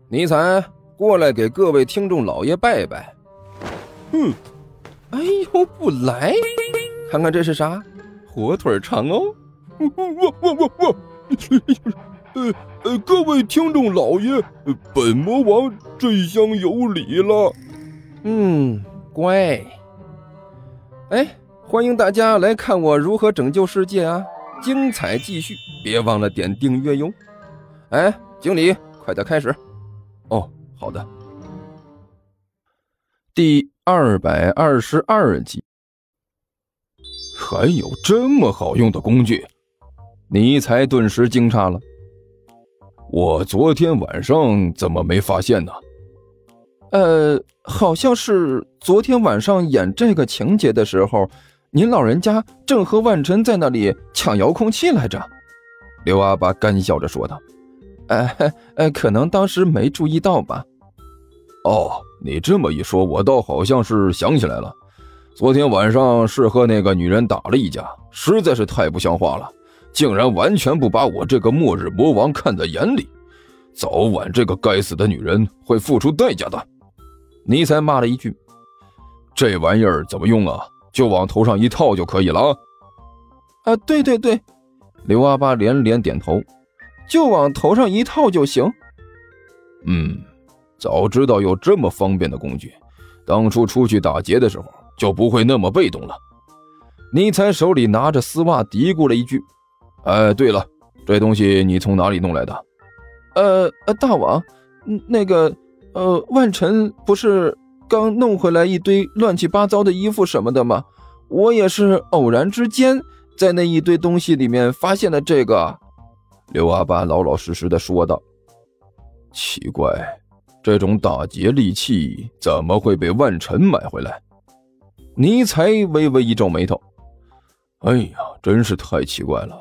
尼采过来给各位听众老爷拜拜。哎呦，不来，看看这是啥？火腿肠哦。 各位听众老爷，本魔王这厢有礼了。 乖。哎，欢迎大家来看我如何拯救世界啊！精彩继续，别忘了点订阅哟。哎，经理，快点开始。哦，好的。第222集。 还有这么好用的工具？ 尼采顿时惊诧了。 我昨天晚上怎么没发现呢？ 好像是昨天晚上演这个情节的时候，您老人家正和万晨在那里抢遥控器来着。刘阿爸干笑着说道。可能当时没注意到吧。 哦，你这么一说，我倒好像是想起来了。昨天晚上是和那个女人打了一架，实在是太不像话了，竟然完全不把我这个末日魔王看在眼里。早晚这个该死的女人会付出代价的。 尼采骂了一句。 这玩意儿怎么用啊？就往头上一套就可以了啊？对，刘阿爸连连点头，就往头上一套就行。 早知道有这么方便的工具，当初出去打劫的时候就不会那么被动了。 尼采手里拿着丝袜嘀咕了一句。 对了，这东西你从哪里弄来的？ 大王，那个万晨不是刚弄回来一堆乱七八糟的衣服什么的吗？我也是偶然之间在那一堆东西里面发现了这个。 刘阿爸老老实实的说道。奇怪，这种打劫利器怎么会被万晨买回来？ 尼采微微一皱眉头。 哎呀，真是太奇怪了。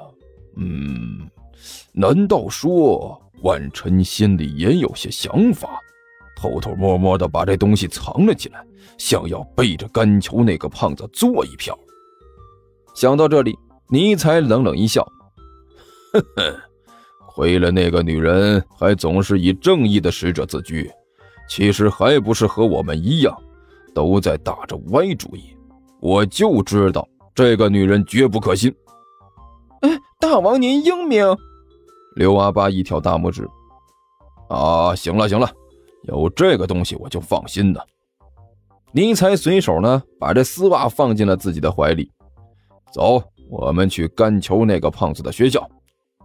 难道说万晨心里也有些想法，偷偷摸摸的把这东西藏了起来，想要背着甘球那个胖子做一票？ 想到这里，尼采冷冷一笑。 亏了那个女人还总是以正义的使者自居，其实还不是和我们一样，都在打着歪主意。我就知道这个女人绝不可信。 大王您英明。 刘阿爸一挑大拇指。行了，有这个东西我就放心了。 尼采随手呢把这丝袜放进了自己的怀里。 走，我们去甘球那个胖子的学校。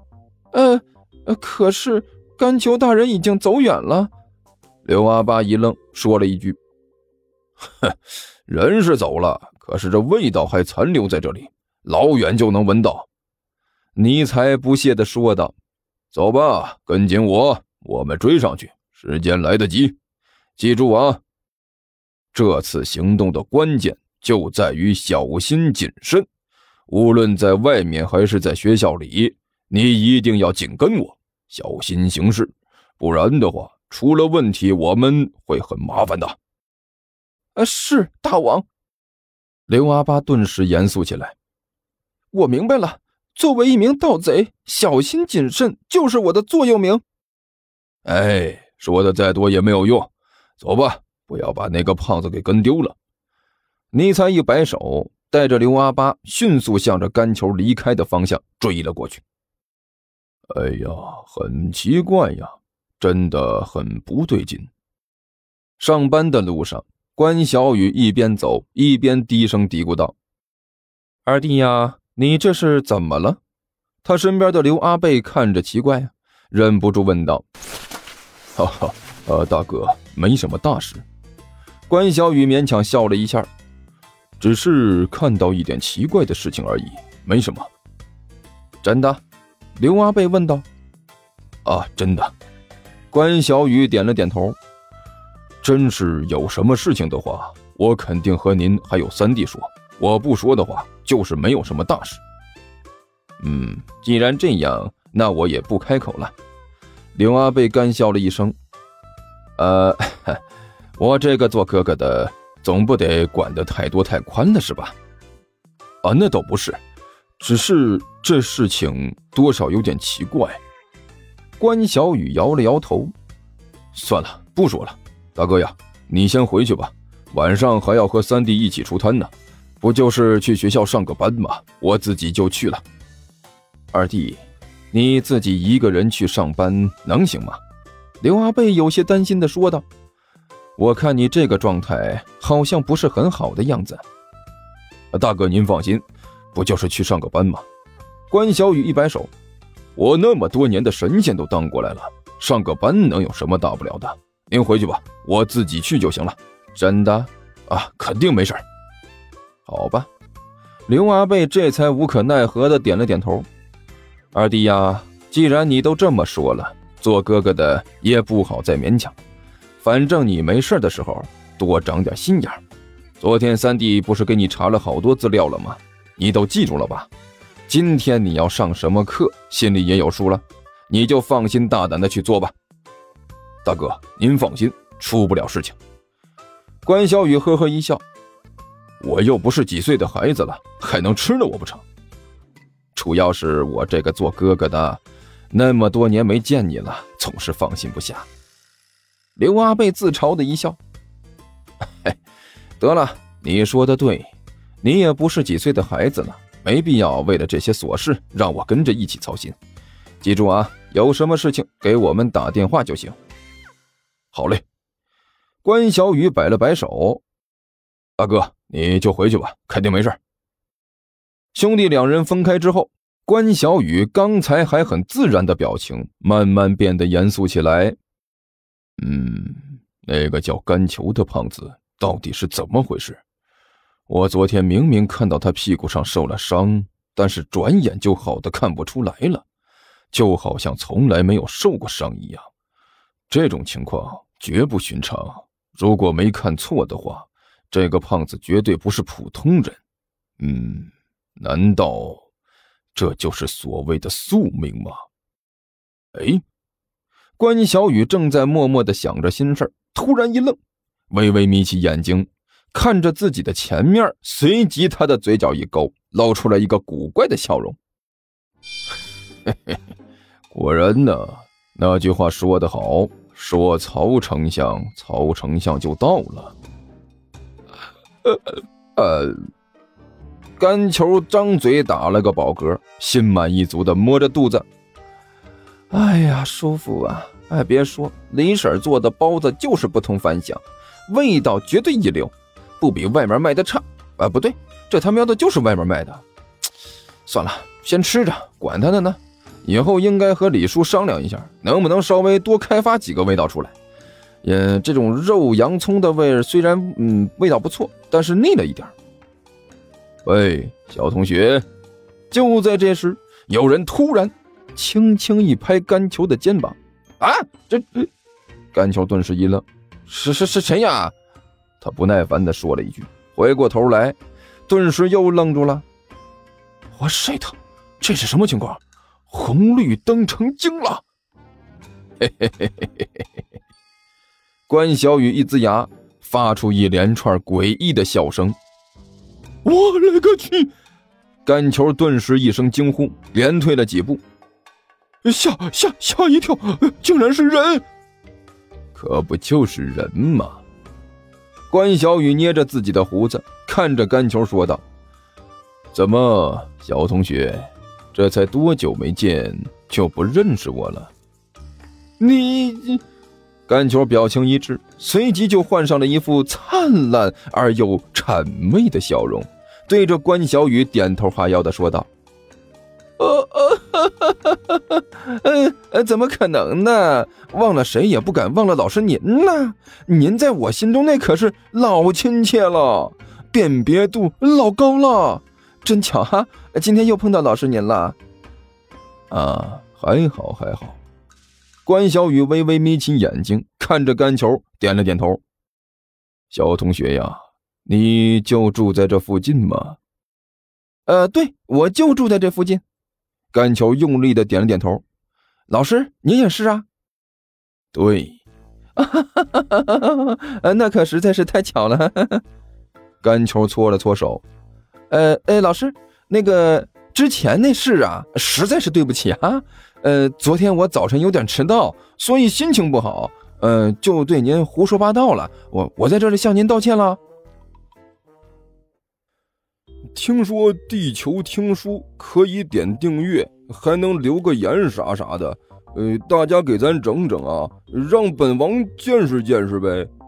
可是甘球大人已经走远了。刘阿爸一愣，说了一句。 人是走了，可是这味道还残留在这里，老远就能闻到。 尼采不屑地说道。 走吧，跟紧我，我们追上去，时间来得及。记住啊，这次行动的关键就在于小心谨慎，无论在外面还是在学校里，你一定要紧跟我，小心行事，不然的话出了问题我们会很麻烦的。 是大王。刘阿爸顿时严肃起来。我明白了，作为一名盗贼，小心谨慎就是我的座右铭。 说的再多也没有用，走吧，不要把那个胖子给跟丢了。 尼采一摆手，带着刘阿爸迅速向着甘球离开的方向追了过去。 哎呀，很奇怪呀，真的很不对劲。 上班的路上，关小雨一边走一边低声嘀咕道：二弟呀，你这是怎么了？他身边的刘阿贝看着奇怪，忍不住问道。 大哥，没什么大事。 关小雨勉强笑了一下， 只是看到一点奇怪的事情而已，没什么。 真的？刘阿贝问道。 真的。 关小雨点了点头。 真是有什么事情的话，我肯定和您还有三弟说，我不说的话就是没有什么大事。 既然这样，那我也不开口了。刘阿贝干笑了一声。我这个做哥哥的总不得管得太多太宽了是吧？ 那倒不是，只是这事情多少有点奇怪。 关小雨摇了摇头。 算了，不说了。大哥呀，你先回去吧，晚上还要和三弟一起出摊呢。不就是去学校上个班吗？我自己就去了。 二弟，你自己一个人去上班能行吗？刘阿贝有些担心地说道。我看你这个状态好像不是很好的样子。 大哥您放心，不就是去上个班吗？ 关小雨一摆手， 我那么多年的神仙都当过来了，上个班能有什么大不了的？您回去吧，我自己去就行了。 真的？ 啊，肯定没事。 好吧，刘阿贝这才无可奈何地点了点头。二弟呀，既然你都这么说了，做哥哥的也不好再勉强。反正你没事的时候多长点心眼。昨天三弟不是给你查了好多资料了吗？你都记住了吧？今天你要上什么课，心里也有数了，你就放心大胆的去做吧。 大哥，您放心，出不了事情。 关小雨呵呵一笑， 我又不是几岁的孩子了，还能吃了我不成？ 主要是我这个做哥哥的那么多年没见你了，总是放心不下。刘阿贝自嘲的一笑，嘿，得了，你说的对，你也不是几岁的孩子了，没必要为了这些琐事让我跟着一起操心。记住啊，有什么事情给我们打电话就行。 好嘞。 关小雨摆了摆手， 大哥你就回去吧，肯定没事。 兄弟两人分开之后，关小雨刚才还很自然的表情慢慢变得严肃起来。 那个叫甘球的胖子到底是怎么回事？我昨天明明看到他屁股上受了伤，但是转眼就好的看不出来了，就好像从来没有受过伤一样。这种情况绝不寻常，如果没看错的话，这个胖子绝对不是普通人。难道这就是所谓的宿命吗？ 关小雨正在默默地想着心事，突然一愣，微微眯起眼睛看着自己的前面，随即他的嘴角一勾，露出了一个古怪的笑容。 果然呢，那句话说得好，说曹丞相，曹丞相就到了。 甘球张嘴打了个饱嗝，心满意足地摸着肚子。哎呀，舒服啊！哎，别说，李婶做的包子就是不同凡响，味道绝对一流，不比外面卖的差。不对，这他喵的就是外面卖的。算了，先吃着，管他的呢。以后应该和李叔商量一下，能不能稍微多开发几个味道出来。这种肉洋葱的味虽然味道不错，但是腻了一点。 喂，小同学。 就在这时，有人突然轻轻一拍甘球的肩膀。甘球顿时一愣，是谁呀？他不耐烦地说了一句，回过头来，顿时又愣住了。 我shit，这是什么情况？红绿灯成精了！ 关小雨一呲牙，发出一连串诡异的笑声。 我勒个去！ 甘球顿时一声惊呼，连退了几步。 吓一跳，竟然是人！ 可不就是人吗？关小雨捏着自己的胡子，看着甘球说道： 怎么，小同学，这才多久没见就不认识我了？ 你……甘球表情一致，随即就换上了一副灿烂而又谄媚的笑容，对着关小雨点头哈腰地说道：怎么可能呢？忘了谁也不敢忘了老师您呐！您在我心中那可是老亲切了，辨别度老高了。真巧哈，今天又碰到老师您了。 还好。 关小雨微微眯起眼睛，看着甘球点了点头。 小同学呀，你就住在这附近吗？ 对，我就住在这附近。甘球用力的点了点头。老师，您也是啊？ 对。 那可实在是太巧了。甘球搓了搓手。老师，那个之前那事啊，实在是对不起啊。昨天我早晨有点迟到，所以心情不好， 就对您胡说八道了，我在这里向您道歉了。 听说地球听书可以点订阅，还能留个言啥啥的，大家给咱整整啊，让本王见识见识呗。